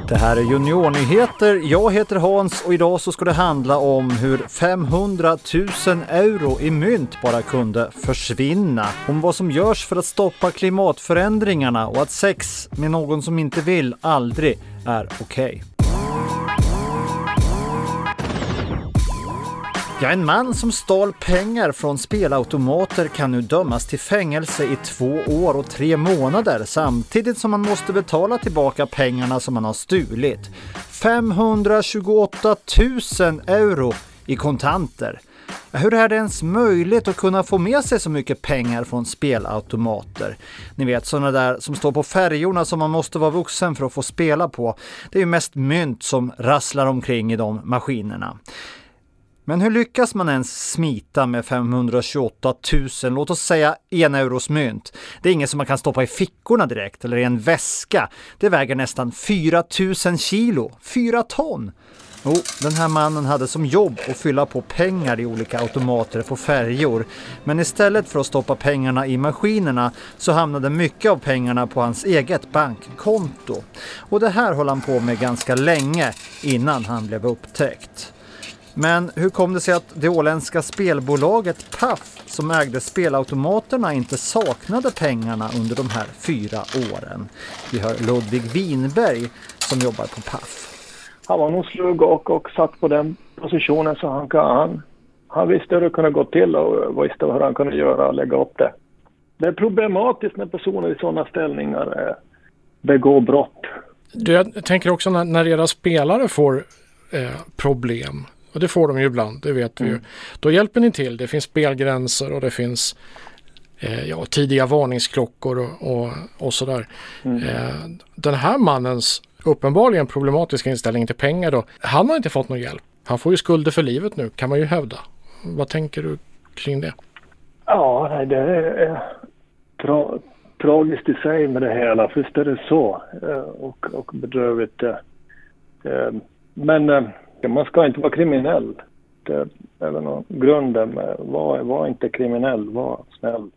Det här är Juniornyheter, jag heter Hans och idag så ska det handla om hur 500 000 euro i mynt bara kunde försvinna. Om vad som görs för att stoppa klimatförändringarna och att sex med någon som inte vill aldrig är okej. Ja, en man som stal pengar från spelautomater kan nu dömas till fängelse i 2 år och 3 månader samtidigt som man måste betala tillbaka pengarna som man har stulit. 528 000 euro i kontanter. Hur är det ens möjligt att kunna få med sig så mycket pengar från spelautomater? Ni vet, sådana där som står på färjorna som man måste vara vuxen för att få spela på. Det är ju mest mynt som rasslar omkring i de maskinerna. Men hur lyckas man ens smita med 528 000, låt oss säga 1 euros mynt? Det är inget som man kan stoppa i fickorna direkt eller i en väska. Det väger nästan 4 000 kilo, 4 ton. Den här mannen hade som jobb att fylla på pengar i olika automater på färjor. Men istället för att stoppa pengarna i maskinerna så hamnade mycket av pengarna på hans eget bankkonto. Och det här höll han på med ganska länge innan han blev upptäckt. Men hur kom det sig att det åländska spelbolaget Paf som ägde spelautomaterna inte saknade pengarna under de här 4 åren? Vi hör Ludvig Winberg som jobbar på Paf. Han var nog slug och satt på den positionen så han visste hur det kunde gå till och visste hur han kunde göra och lägga upp det. Det är problematiskt när personer i sådana ställningar begår brott. Jag tänker också när era spelare får problem. Och det får de ju ibland, det vet vi ju. Då hjälper ni till. Det finns spelgränser och det finns tidiga varningsklockor och sådär. Den här mannens uppenbarligen problematiska inställning till pengar då, han har inte fått någon hjälp. Han får ju skulder för livet nu, kan man ju hävda. Vad tänker du kring det? Ja, det är tragiskt i sig med det hela. Först är det så och bedrövligt. Men man ska inte vara kriminell. Det är väl någon grunden med var inte kriminell, var snäll.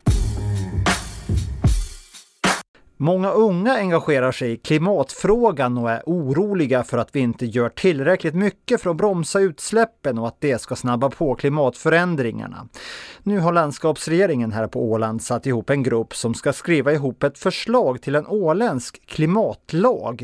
Många unga engagerar sig i klimatfrågan och är oroliga för att vi inte gör tillräckligt mycket för att bromsa utsläppen och att det ska snabba på klimatförändringarna. Nu har landskapsregeringen här på Åland satt ihop en grupp som ska skriva ihop ett förslag till en åländsk klimatlag.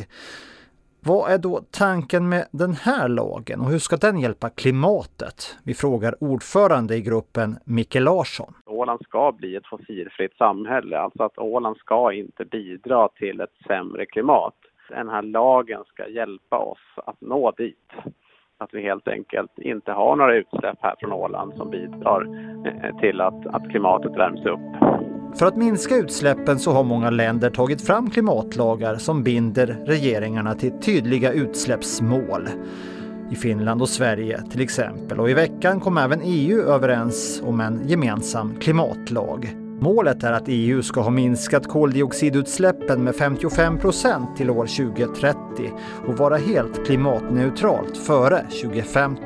Vad är då tanken med den här lagen och hur ska den hjälpa klimatet? Vi frågar ordförande i gruppen Micke Larsson. Åland ska bli ett fossilfritt samhälle, alltså att Åland ska inte bidra till ett sämre klimat. Den här lagen ska hjälpa oss att nå dit. Att vi helt enkelt inte har några utsläpp här från Åland som bidrar till att klimatet värms upp. För att minska utsläppen så har många länder tagit fram klimatlagar som binder regeringarna till tydliga utsläppsmål. I Finland och Sverige till exempel. Och i veckan kom även EU överens om en gemensam klimatlag. Målet är att EU ska ha minskat koldioxidutsläppen med 55% till år 2030 och vara helt klimatneutralt före 2050.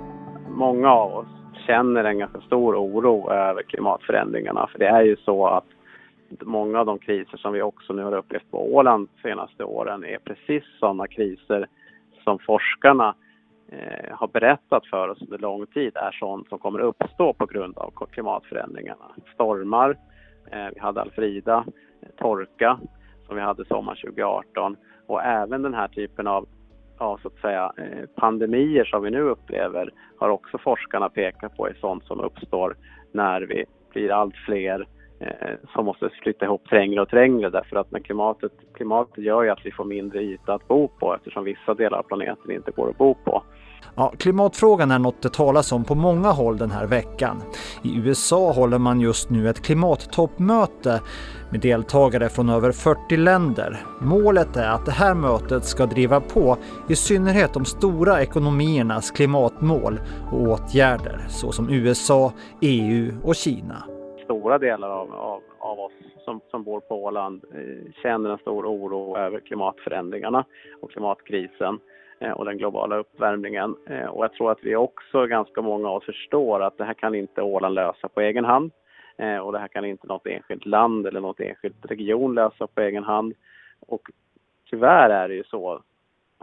Många av oss känner en ganska stor oro över klimatförändringarna. För det är ju så att många av de kriser som vi också nu har upplevt på Åland de senaste åren är precis sådana kriser som forskarna har berättat för oss under lång tid är sånt som kommer uppstå på grund av klimatförändringarna. Stormar, vi hade Alfrida, torka som vi hade sommar 2018 och även den här typen av så att säga, pandemier som vi nu upplever har också forskarna pekat på är sånt som uppstår när vi blir allt fler som måste flytta ihop trängre och trängre därför att när klimatet gör ju att vi får mindre yta att bo på eftersom vissa delar av planeten inte går att bo på. Ja, klimatfrågan är något det talas om på många håll den här veckan. I USA håller man just nu ett klimattoppmöte med deltagare från över 40 länder. Målet är att det här mötet ska driva på i synnerhet de stora ekonomiernas klimatmål och åtgärder såsom USA, EU och Kina. Stora delar av oss som bor på Åland känner en stor oro över klimatförändringarna och klimatkrisen och den globala uppvärmningen. Och jag tror att vi också, ganska många av oss förstår att det här kan inte Åland lösa på egen hand. Och det här kan inte något enskilt land eller något enskilt region lösa på egen hand. Och tyvärr är det ju så att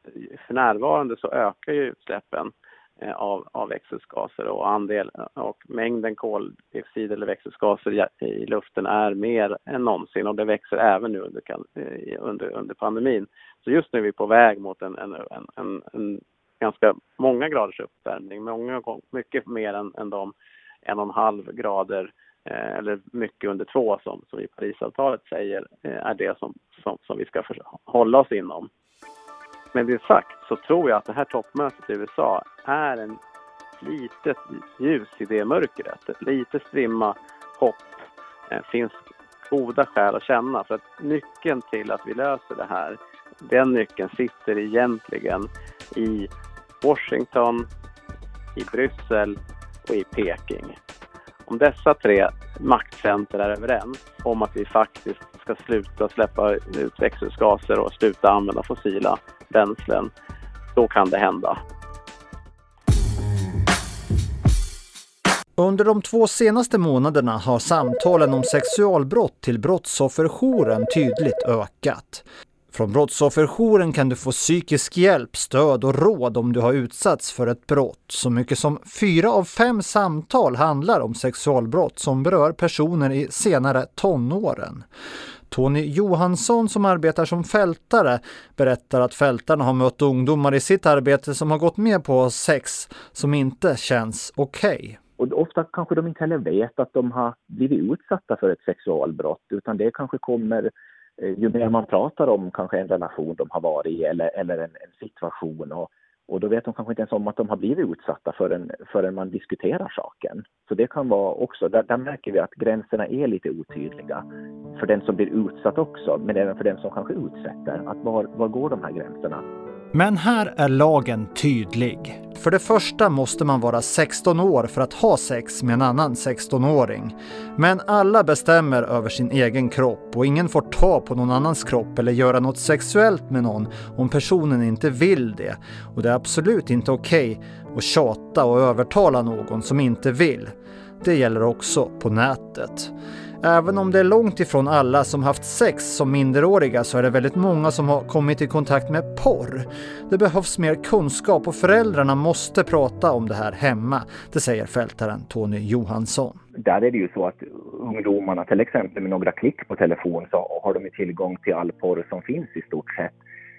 för närvarande så ökar ju utsläppen av växthusgaser och mängden koldioxid eller växthusgaser i luften är mer än någonsin, och det växer även nu under pandemin. Så just nu är vi på väg mot en ganska många graders uppvärmning, mycket mer än de 1,5 grader eller mycket under 2 som i Parisavtalet säger är det som vi ska hålla oss inom. Men det sagt så tror jag att det här toppmötet i USA är en litet ljus i det mörkret. Ett litet strimma hopp finns goda skäl att känna, för att nyckeln till att vi löser det här, den nyckeln sitter egentligen i Washington, i Bryssel och i Peking. Om dessa 3 maktcenter är överens om att vi faktiskt ska sluta släppa ut växthusgaser och sluta använda fossila bränslen, då kan det hända. Under de 2 senaste månaderna har samtalen om sexualbrott till brottsofferjouren tydligt ökat. Från brottsofferjouren kan du få psykisk hjälp, stöd och råd om du har utsatts för ett brott. Så mycket som 4 av 5 samtal handlar om sexualbrott som berör personer i senare tonåren. Tony Johansson, som arbetar som fältare, berättar att fältarna har mött ungdomar i sitt arbete som har gått med på sex som inte känns okej. Och ofta kanske de inte heller vet att de har blivit utsatta för ett sexualbrott, utan det kanske kommer ju mer man pratar om kanske en relation de har varit i eller en situation, och då vet de kanske inte ens om att de har blivit utsatta förrän man diskuterar saken. Så det kan vara också, där märker vi att gränserna är lite otydliga för den som blir utsatt också, men även för den som kanske utsätter. Att var går de här gränserna? Men här är lagen tydlig. För det första måste man vara 16 år för att ha sex med en annan 16-åring. Men alla bestämmer över sin egen kropp och ingen får ta på någon annans kropp eller göra något sexuellt med någon om personen inte vill det. Och det är absolut inte okej att tjata och övertala någon som inte vill. Det gäller också på nätet. Även om det är långt ifrån alla som haft sex som minderåriga, så är det väldigt många som har kommit i kontakt med porr. Det behövs mer kunskap och föräldrarna måste prata om det här hemma, det säger fältaren Tony Johansson. Där är det ju så att ungdomarna, till exempel med några klick på telefon, så har de tillgång till all porr som finns i stort sett.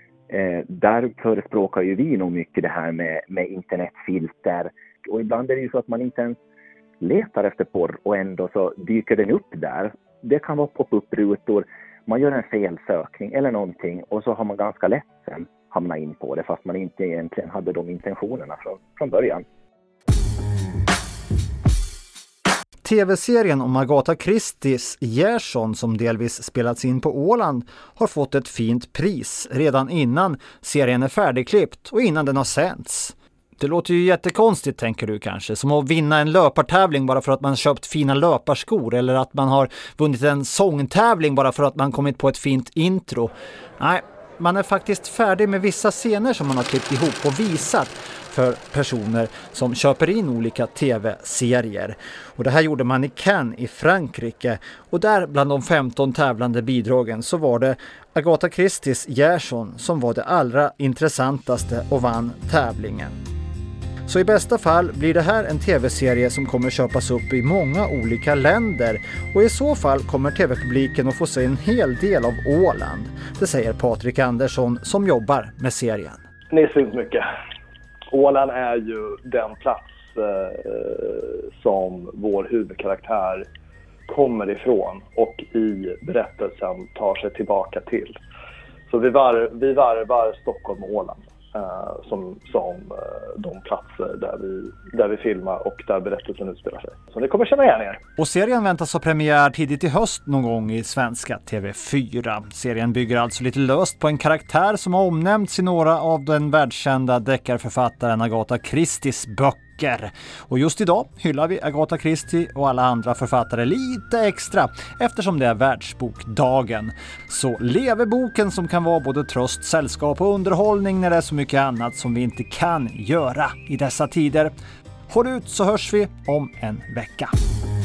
Där förespråkar ju vi nog mycket det här med internetfilter, och ibland är det ju så att man inte ens letar efter porr och ändå så dyker den upp där. Det kan vara pop-up-rutor, man gör en felsökning eller någonting, och så har man ganska lätt sen hamna in på det fast man inte egentligen hade de intentionerna från början. TV-serien om Agatha Christies Gerson, som delvis spelats in på Åland, har fått ett fint pris redan innan serien är färdigklippt och innan den har sänds. Det låter ju jättekonstigt, tänker du kanske, som att vinna en löpartävling bara för att man köpt fina löparskor, eller att man har vunnit en sångtävling bara för att man kommit på ett fint intro. Nej, man är faktiskt färdig med vissa scener som man har klippt ihop och visat för personer som köper in olika tv-serier. Och det här gjorde man i Cannes i Frankrike, och där bland de 15 tävlande bidragen så var det Agatha Christies Gerson som var det allra intressantaste och vann tävlingen. Så i bästa fall blir det här en tv-serie som kommer köpas upp i många olika länder, och i så fall kommer tv-publiken att få se en hel del av Åland. Det säger Patrik Andersson som jobbar med serien. Ni syns mycket. Åland är ju den plats som vår huvudkaraktär kommer ifrån och i berättelsen tar sig tillbaka till. Så vi varvar Stockholm och Åland som de platser där vi filmar och där berättelsen utspelar sig. Så ni kommer känna igen er. Och serien väntas ha premiär tidigt i höst någon gång i svenska TV4. Serien bygger alltså lite löst på en karaktär som har omnämnts i några av den världskända deckarförfattaren Agatha Christies böcker. Och just idag hyllar vi Agatha Christie och alla andra författare lite extra eftersom det är världsbokdagen. Så lever boken, som kan vara både tröst, sällskap och underhållning när det är så mycket annat som vi inte kan göra i dessa tider. Håll ut, så hörs vi om en vecka.